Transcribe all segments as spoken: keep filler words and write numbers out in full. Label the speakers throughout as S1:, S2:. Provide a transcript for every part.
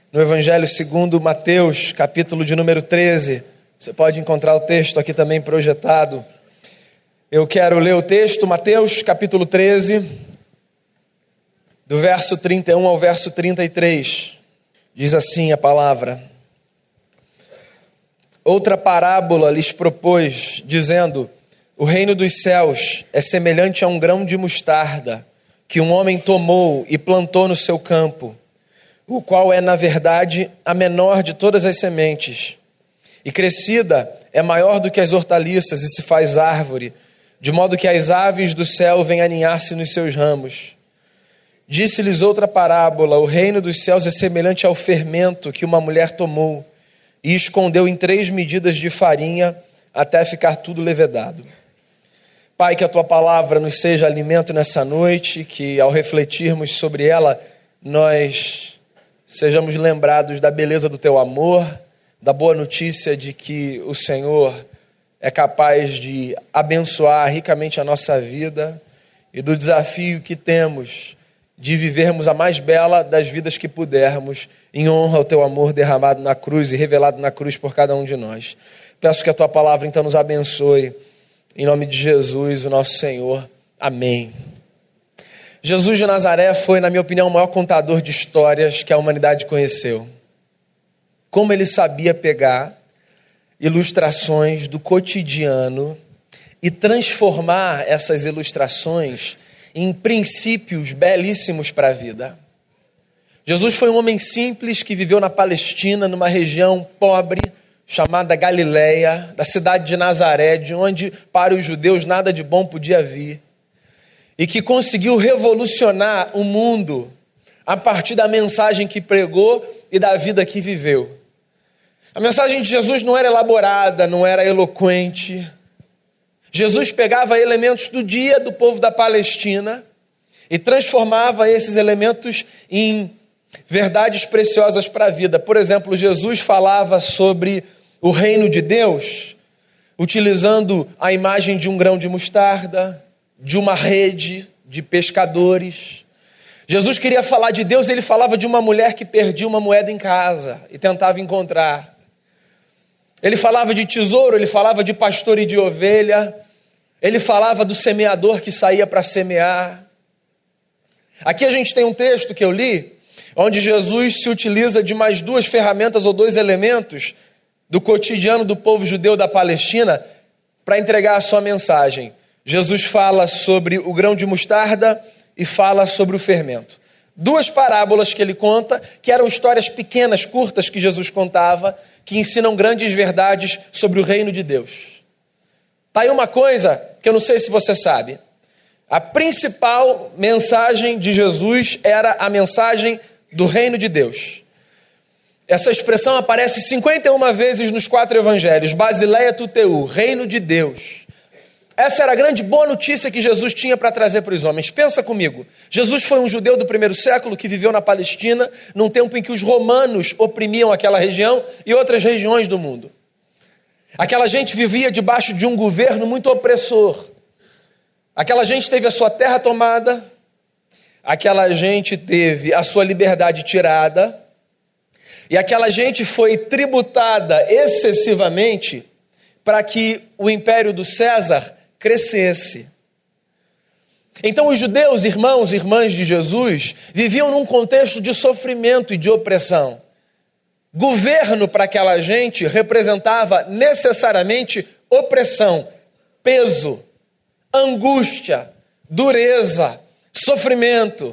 S1: no Evangelho segundo Mateus, capítulo de número treze. Você pode encontrar o texto aqui também projetado. Eu quero ler o texto, Mateus, capítulo treze, do verso trinta e um ao verso trinta e três. Diz assim a palavra: Outra parábola lhes propôs, dizendo: O reino dos céus é semelhante a um grão de mostarda, que um homem tomou e plantou no seu campo, o qual é, na verdade, a menor de todas as sementes. E crescida é maior do que as hortaliças e se faz árvore, de modo que as aves do céu vêm aninhar-se nos seus ramos. Disse-lhes outra parábola: O reino dos céus é semelhante ao fermento que uma mulher tomou e escondeu em três medidas de farinha até ficar tudo levedado. Pai, que a Tua palavra nos seja alimento nessa noite, que ao refletirmos sobre ela, nós sejamos lembrados da beleza do Teu amor, da boa notícia de que o Senhor é capaz de abençoar ricamente a nossa vida e do desafio que temos de vivermos a mais bela das vidas que pudermos, em honra ao Teu amor derramado na cruz e revelado na cruz por cada um de nós. Peço que a Tua palavra então nos abençoe. Em nome de Jesus, o nosso Senhor. Amém. Jesus de Nazaré foi, na minha opinião, o maior contador de histórias que a humanidade conheceu. Como ele sabia pegar ilustrações do cotidiano e transformar essas ilustrações em princípios belíssimos para a vida. Jesus foi um homem simples que viveu na Palestina, numa região pobre, chamada Galileia, da cidade de Nazaré, de onde para os judeus nada de bom podia vir, e que conseguiu revolucionar o mundo a partir da mensagem que pregou e da vida que viveu. A mensagem de Jesus não era elaborada, não era eloquente. Jesus pegava elementos do dia do povo da Palestina e transformava esses elementos em verdades preciosas para a vida. Por exemplo, Jesus falava sobre o reino de Deus, utilizando a imagem de um grão de mostarda, de uma rede de pescadores. Jesus queria falar de Deus, ele falava de uma mulher que perdia uma moeda em casa e tentava encontrar. Ele falava de tesouro, ele falava de pastor e de ovelha, ele falava do semeador que saía para semear. Aqui a gente tem um texto que eu li, onde Jesus se utiliza de mais duas ferramentas ou dois elementos do cotidiano do povo judeu da Palestina para entregar a sua mensagem. Jesus fala sobre o grão de mostarda e fala sobre o fermento. Duas parábolas que ele conta, que eram histórias pequenas, curtas que Jesus contava, que ensinam grandes verdades sobre o reino de Deus. Tá aí uma coisa que eu não sei se você sabe. A principal mensagem de Jesus era a mensagem do reino de Deus. Essa expressão aparece cinquenta e uma vezes nos quatro evangelhos. Basileia tuteu, reino de Deus. Essa era a grande boa notícia que Jesus tinha para trazer para os homens. Pensa comigo. Jesus foi um judeu do primeiro século que viveu na Palestina, num tempo em que os romanos oprimiam aquela região e outras regiões do mundo. Aquela gente vivia debaixo de um governo muito opressor. Aquela gente teve a sua terra tomada, aquela gente teve a sua liberdade tirada, e aquela gente foi tributada excessivamente para que o império do César crescesse. Então os judeus, irmãos e irmãs de Jesus, viviam num contexto de sofrimento e de opressão. Governo para aquela gente representava necessariamente opressão, peso, angústia, dureza, sofrimento.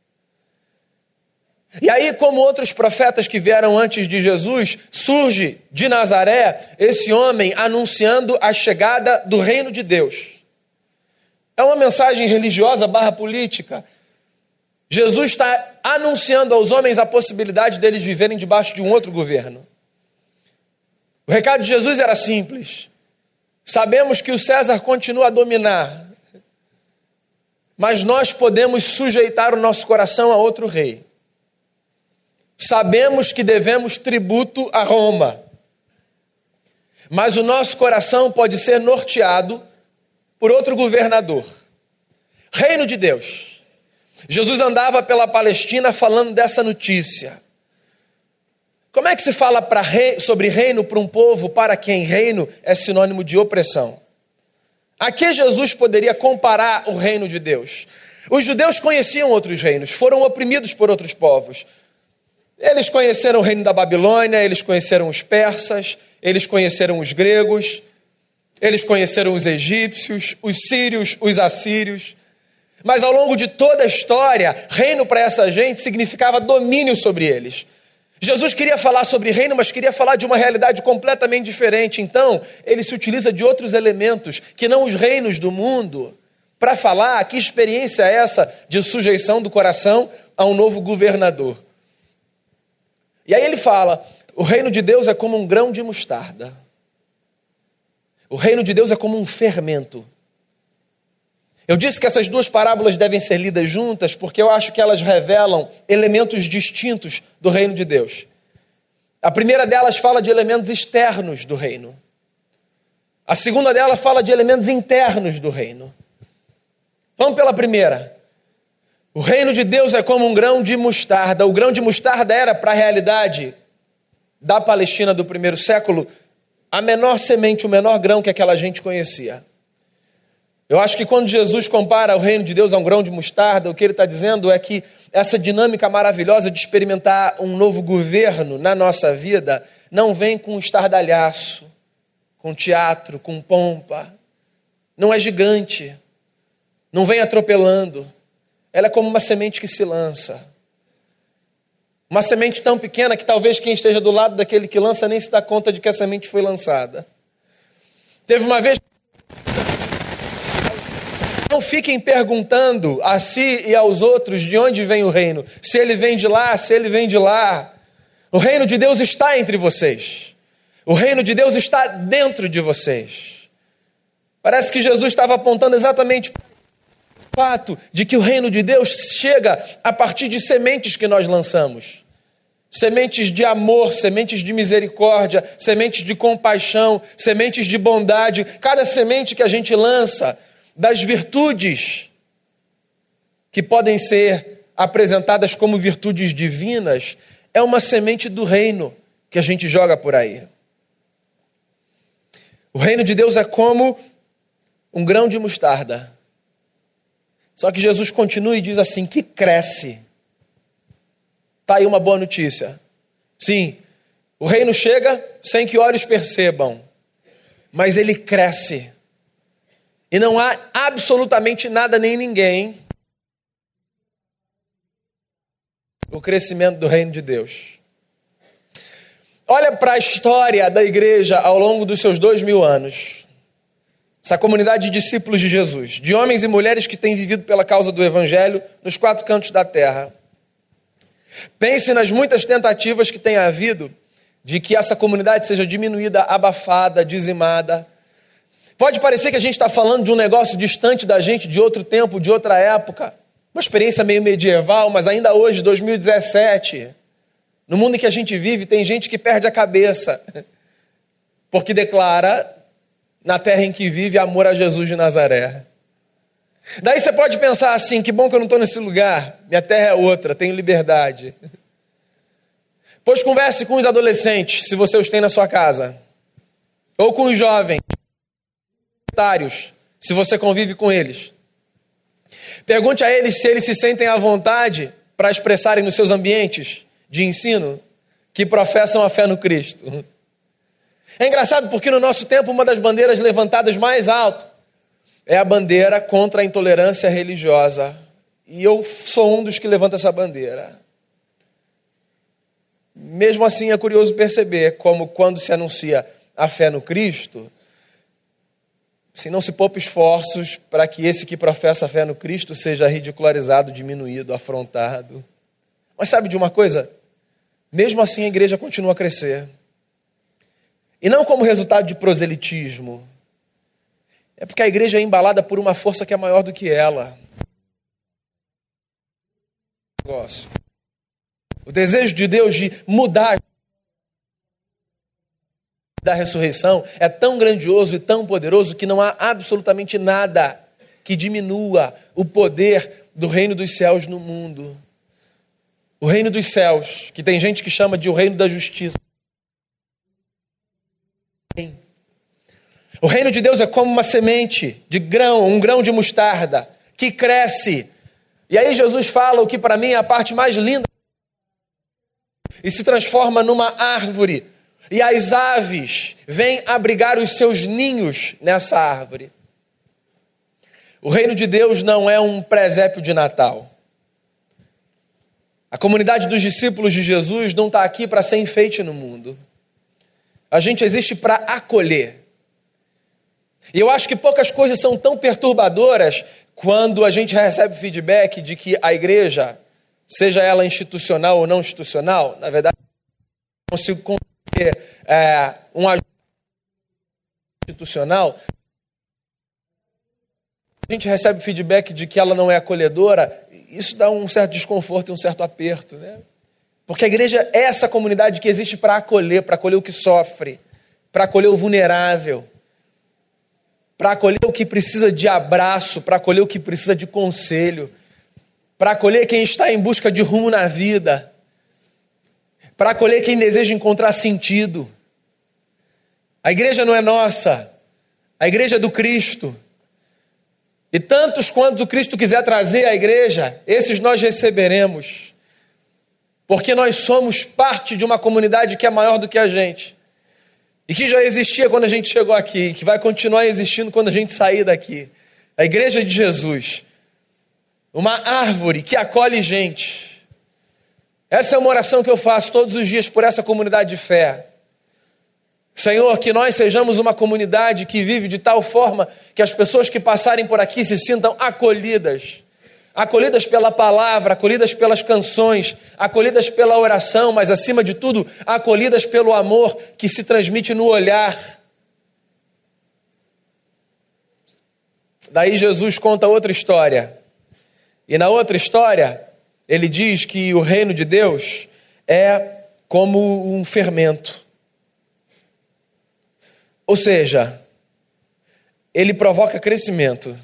S1: E aí, como outros profetas que vieram antes de Jesus, surge de Nazaré esse homem anunciando a chegada do reino de Deus. É uma mensagem religiosa barra política. Jesus está anunciando aos homens a possibilidade deles viverem debaixo de um outro governo. O recado de Jesus era simples. Sabemos que o César continua a dominar, mas nós podemos sujeitar o nosso coração a outro rei. Sabemos que devemos tributo a Roma, mas o nosso coração pode ser norteado por outro governador. Reino de Deus. Jesus andava pela Palestina falando dessa notícia. Como é que se fala para rei, sobre reino para um povo para quem reino é sinônimo de opressão? A que Jesus poderia comparar o reino de Deus? Os judeus conheciam outros reinos, foram oprimidos por outros povos. Eles conheceram o reino da Babilônia, eles conheceram os persas, eles conheceram os gregos, eles conheceram os egípcios, os sírios, os assírios. Mas ao longo de toda a história, reino para essa gente significava domínio sobre eles. Jesus queria falar sobre reino, mas queria falar de uma realidade completamente diferente. Então, ele se utiliza de outros elementos, que não os reinos do mundo, para falar que experiência é essa de sujeição do coração a um novo governador. E aí ele fala, o reino de Deus é como um grão de mostarda. O reino de Deus é como um fermento. Eu disse que essas duas parábolas devem ser lidas juntas porque eu acho que elas revelam elementos distintos do reino de Deus. A primeira delas fala de elementos externos do reino. A segunda dela fala de elementos internos do reino. Vamos pela primeira. O reino de Deus é como um grão de mostarda. O grão de mostarda era, para a realidade da Palestina do primeiro século, a menor semente, o menor grão que aquela gente conhecia. Eu acho que quando Jesus compara o reino de Deus a um grão de mostarda, o que ele está dizendo é que essa dinâmica maravilhosa de experimentar um novo governo na nossa vida não vem com estardalhaço, com teatro, com pompa. Não é gigante, não vem atropelando. Ela é como uma semente que se lança. Uma semente tão pequena que talvez quem esteja do lado daquele que lança nem se dá conta de que a semente foi lançada. Teve uma vez... Não fiquem perguntando a si e aos outros de onde vem o reino. Se ele vem de lá, se ele vem de lá. O reino de Deus está entre vocês. O reino de Deus está dentro de vocês. Parece que Jesus estava apontando exatamente para o fato de que o reino de Deus chega a partir de sementes que nós lançamos. Sementes de amor, sementes de misericórdia, sementes de compaixão, sementes de bondade. Cada semente que a gente lança, das virtudes que podem ser apresentadas como virtudes divinas, é uma semente do reino que a gente joga por aí. O reino de Deus é como um grão de mostarda. Só que Jesus continua e diz assim, que cresce. Está aí uma boa notícia. Sim, o reino chega sem que olhos percebam, mas ele cresce. E não há absolutamente nada nem ninguém o crescimento do reino de Deus. Olha para a história da igreja ao longo dos seus dois mil anos. Essa comunidade de discípulos de Jesus, de homens e mulheres que têm vivido pela causa do evangelho nos quatro cantos da terra. Pense nas muitas tentativas que tem havido de que essa comunidade seja diminuída, abafada, dizimada. Pode parecer que a gente está falando de um negócio distante da gente, de outro tempo, de outra época. Uma experiência meio medieval, mas ainda hoje, dois mil e dezessete, no mundo em que a gente vive, tem gente que perde a cabeça, porque declara, na terra em que vive, amor a Jesus de Nazaré. Daí você pode pensar assim, que bom que eu não estou nesse lugar, minha terra é outra, tenho liberdade. Pois converse com os adolescentes, se você os tem na sua casa, ou com os jovens, se você convive com eles. Pergunte a eles se eles se sentem à vontade para expressarem nos seus ambientes de ensino que professam a fé no Cristo. É engraçado porque no nosso tempo uma das bandeiras levantadas mais alto é a bandeira contra a intolerância religiosa. E eu sou um dos que levanta essa bandeira. Mesmo assim é curioso perceber como quando se anuncia a fé no Cristo, se não se poupa esforços para que esse que professa a fé no Cristo seja ridicularizado, diminuído, afrontado. Mas sabe de uma coisa? Mesmo assim a igreja continua a crescer. E não como resultado de proselitismo. É porque a igreja é embalada por uma força que é maior do que ela. O desejo de Deus de mudar da ressurreição é tão grandioso e tão poderoso que não há absolutamente nada que diminua o poder do reino dos céus no mundo. O reino dos céus, que tem gente que chama de o reino da justiça. O reino de Deus é como uma semente de grão, um grão de mostarda, que cresce. E aí Jesus fala o que para mim é a parte mais linda. E se transforma numa árvore. E as aves vêm abrigar os seus ninhos nessa árvore. O reino de Deus não é um presépio de Natal. A comunidade dos discípulos de Jesus não está aqui para ser enfeite no mundo. A gente existe para acolher. E eu acho que poucas coisas são tão perturbadoras quando a gente recebe feedback de que a igreja, seja ela institucional ou não institucional, na verdade, eu consigo conseguir é, um ajuste institucional. A gente recebe feedback de que ela não é acolhedora, isso dá um certo desconforto e um certo aperto, né? Porque a igreja é essa comunidade que existe para acolher, para acolher o que sofre, para acolher o vulnerável, para acolher o que precisa de abraço, para acolher o que precisa de conselho, para acolher quem está em busca de rumo na vida, para acolher quem deseja encontrar sentido. A igreja não é nossa, a igreja é do Cristo. E tantos quantos o Cristo quiser trazer à igreja, esses nós receberemos. Porque nós somos parte de uma comunidade que é maior do que a gente. E que já existia quando a gente chegou aqui, que vai continuar existindo quando a gente sair daqui. A igreja de Jesus. Uma árvore que acolhe gente. Essa é uma oração que eu faço todos os dias por essa comunidade de fé. Senhor, que nós sejamos uma comunidade que vive de tal forma que as pessoas que passarem por aqui se sintam acolhidas. Acolhidas pela palavra, acolhidas pelas canções, acolhidas pela oração, mas acima de tudo, acolhidas pelo amor que se transmite no olhar. Daí Jesus conta outra história. E na outra história, ele diz que o reino de Deus é como um fermento. Ou seja, ele provoca crescimento.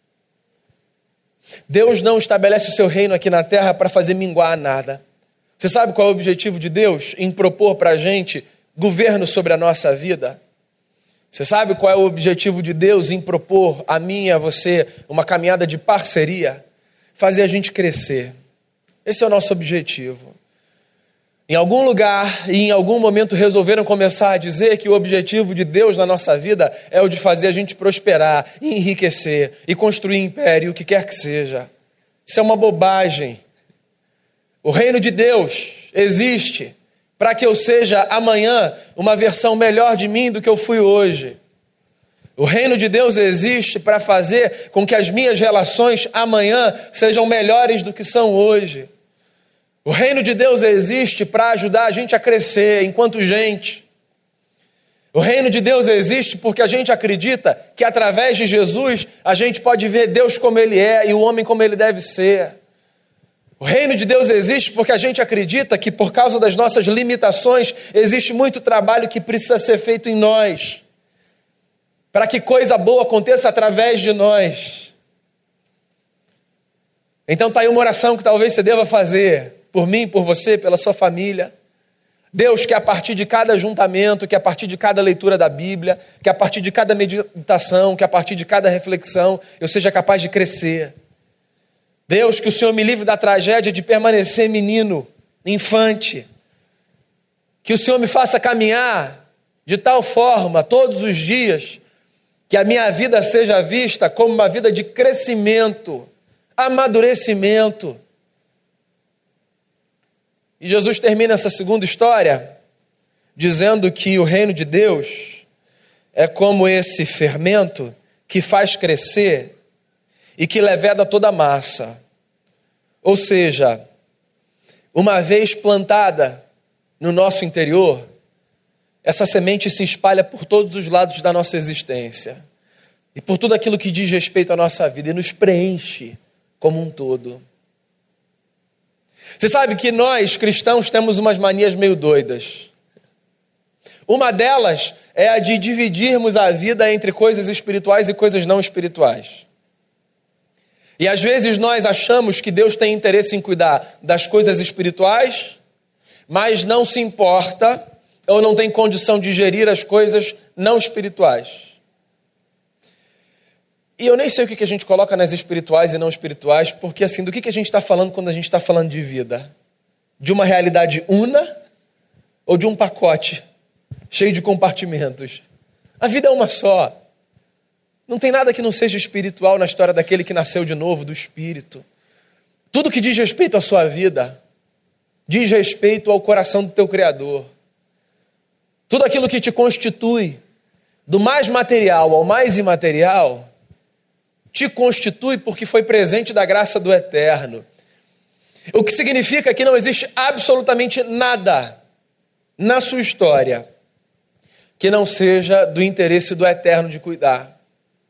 S1: Deus não estabelece o seu reino aqui na terra para fazer minguar nada. Você sabe qual é o objetivo de Deus em propor para a gente governo sobre a nossa vida? Você sabe qual é o objetivo de Deus em propor a mim e a você uma caminhada de parceria? Fazer a gente crescer. Esse é o nosso objetivo. Em algum lugar e em algum momento resolveram começar a dizer que o objetivo de Deus na nossa vida é o de fazer a gente prosperar, e enriquecer e construir império, o que quer que seja. Isso é uma bobagem. O reino de Deus existe para que eu seja amanhã uma versão melhor de mim do que eu fui hoje. O reino de Deus existe para fazer com que as minhas relações amanhã sejam melhores do que são hoje. O reino de Deus existe para ajudar a gente a crescer enquanto gente. O reino de Deus existe porque a gente acredita que através de Jesus a gente pode ver Deus como Ele é e o homem como ele deve ser. O reino de Deus existe porque a gente acredita que por causa das nossas limitações existe muito trabalho que precisa ser feito em nós, para que coisa boa aconteça através de nós. Então está aí uma oração que talvez você deva fazer. Por mim, por você, pela sua família. Deus, que a partir de cada ajuntamento, que a partir de cada leitura da Bíblia, que a partir de cada meditação, que a partir de cada reflexão, eu seja capaz de crescer. Deus, que o Senhor me livre da tragédia de permanecer menino, infante. Que o Senhor me faça caminhar de tal forma, todos os dias, que a minha vida seja vista como uma vida de crescimento, amadurecimento. E Jesus termina essa segunda história dizendo que o reino de Deus é como esse fermento que faz crescer e que leveda toda a massa. Ou seja, uma vez plantada no nosso interior, essa semente se espalha por todos os lados da nossa existência e por tudo aquilo que diz respeito à nossa vida e nos preenche como um todo. Você sabe que nós, cristãos, temos umas manias meio doidas. Uma delas é a de dividirmos a vida entre coisas espirituais e coisas não espirituais. E às vezes nós achamos que Deus tem interesse em cuidar das coisas espirituais, mas não se importa ou não tem condição de gerir as coisas não espirituais. E eu nem sei o que a gente coloca nas espirituais e não espirituais, porque assim, do que a gente está falando quando a gente está falando de vida? De uma realidade una ou de um pacote cheio de compartimentos? A vida é uma só. Não tem nada que não seja espiritual na história daquele que nasceu de novo, do Espírito. Tudo que diz respeito à sua vida, diz respeito ao coração do teu Criador. Tudo aquilo que te constitui, do mais material ao mais imaterial, te constitui porque foi presente da graça do Eterno. O que significa que não existe absolutamente nada na sua história que não seja do interesse do Eterno de cuidar.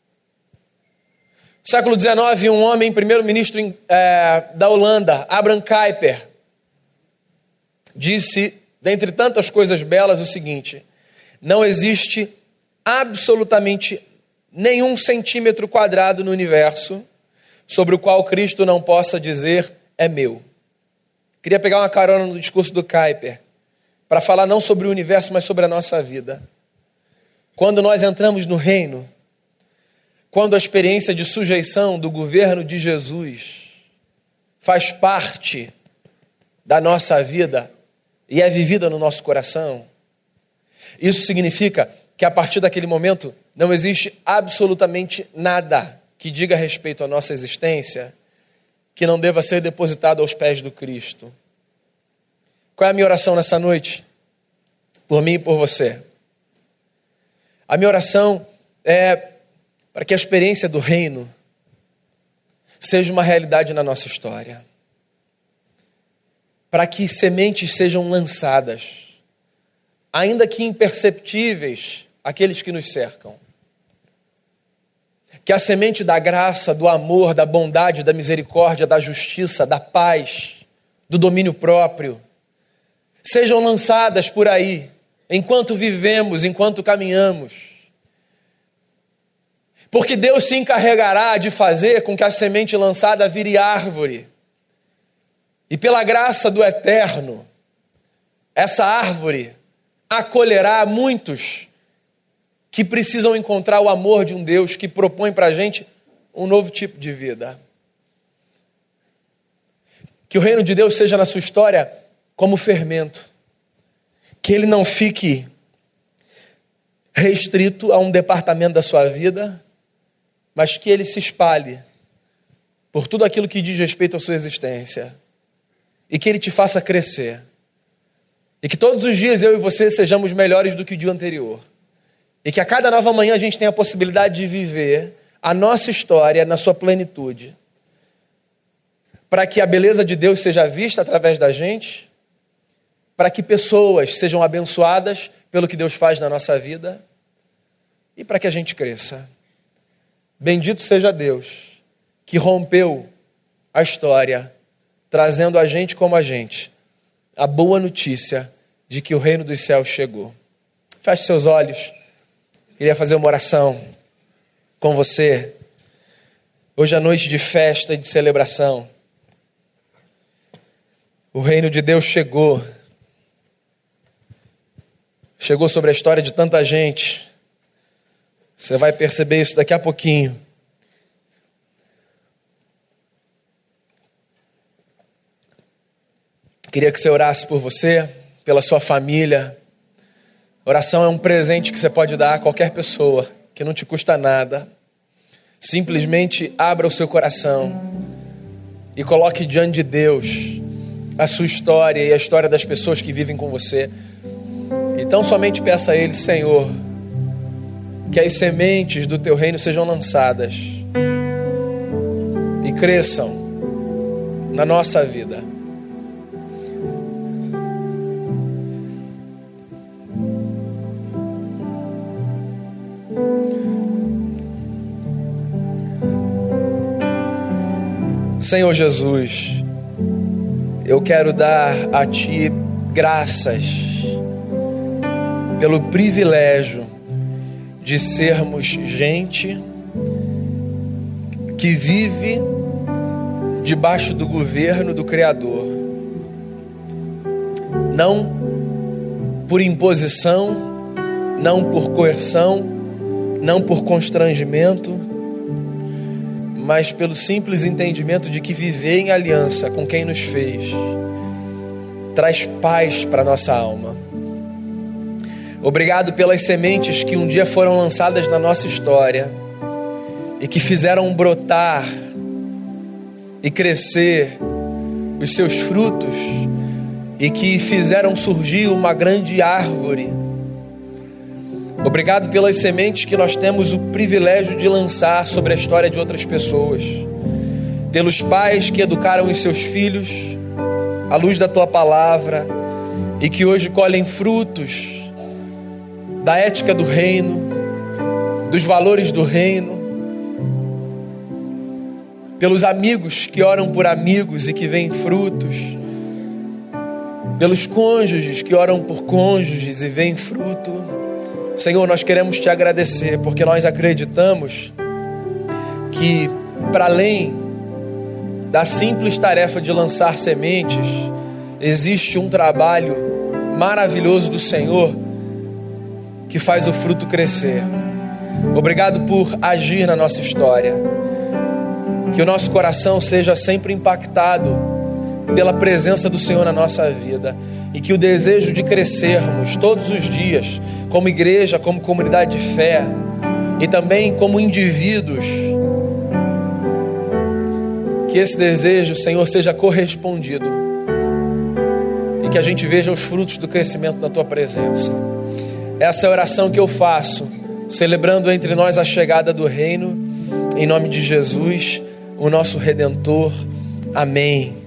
S1: No século dezenove, um homem, primeiro-ministro é, da Holanda, Abraham Kuyper, disse, dentre tantas coisas belas, o seguinte: não existe absolutamente nenhum centímetro quadrado no universo sobre o qual Cristo não possa dizer, é meu. Queria pegar uma carona no discurso do Kuyper, para falar não sobre o universo, mas sobre a nossa vida. Quando nós entramos no reino, quando a experiência de sujeição do governo de Jesus faz parte da nossa vida e é vivida no nosso coração, isso significa que a partir daquele momento não existe absolutamente nada que diga respeito à nossa existência que não deva ser depositado aos pés do Cristo. Qual é a minha oração nessa noite? Por mim e por você. A minha oração é para que a experiência do reino seja uma realidade na nossa história. Para que sementes sejam lançadas, ainda que imperceptíveis, àqueles que nos cercam. Que a semente da graça, do amor, da bondade, da misericórdia, da justiça, da paz, do domínio próprio, sejam lançadas por aí, enquanto vivemos, enquanto caminhamos. Porque Deus se encarregará de fazer com que a semente lançada vire árvore. E pela graça do Eterno, essa árvore acolherá muitos que precisam encontrar o amor de um Deus que propõe para a gente um novo tipo de vida. Que o reino de Deus seja na sua história como fermento. Que ele não fique restrito a um departamento da sua vida, mas que ele se espalhe por tudo aquilo que diz respeito à sua existência. E que ele te faça crescer. E que todos os dias eu e você sejamos melhores do que o dia anterior. E que a cada nova manhã a gente tenha a possibilidade de viver a nossa história na sua plenitude. Para que a beleza de Deus seja vista através da gente. Para que pessoas sejam abençoadas pelo que Deus faz na nossa vida. E para que a gente cresça. Bendito seja Deus que rompeu a história, trazendo a gente como a gente a boa notícia de que o reino dos céus chegou. Feche seus olhos. Queria fazer uma oração com você. Hoje é noite de festa e de celebração. O reino de Deus chegou. Chegou sobre a história de tanta gente. Você vai perceber isso daqui a pouquinho. Queria que você orasse por você, pela sua família. Oração é um presente que você pode dar a qualquer pessoa, que não te custa nada. Simplesmente abra o seu coração e coloque diante de Deus a sua história e a história das pessoas que vivem com você. Então somente peça a Ele, Senhor, que as sementes do teu reino sejam lançadas e cresçam na nossa vida. Senhor Jesus, eu quero dar a Ti graças pelo privilégio de sermos gente que vive debaixo do governo do Criador, não por imposição, não por coerção, não por constrangimento, mas pelo simples entendimento de que viver em aliança com quem nos fez traz paz para nossa alma. Obrigado pelas sementes que um dia foram lançadas na nossa história e que fizeram brotar e crescer os seus frutos e que fizeram surgir uma grande árvore. Obrigado pelas sementes que nós temos o privilégio de lançar sobre a história de outras pessoas, pelos pais que educaram os seus filhos à luz da tua palavra e que hoje colhem frutos da ética do reino, dos valores do reino, pelos amigos que oram por amigos e que veem frutos, pelos cônjuges que oram por cônjuges e veem fruto. Senhor, nós queremos te agradecer, porque nós acreditamos que, para além da simples tarefa de lançar sementes, existe um trabalho maravilhoso do Senhor que faz o fruto crescer. Obrigado por agir na nossa história. Que o nosso coração seja sempre impactado pela presença do Senhor na nossa vida e que o desejo de crescermos todos os dias, como igreja, como comunidade de fé e também como indivíduos, que esse desejo, Senhor, seja correspondido e que a gente veja os frutos do crescimento da tua presença. Essa é a oração que eu faço, celebrando entre nós a chegada do reino, em nome de Jesus, o nosso Redentor. Amém.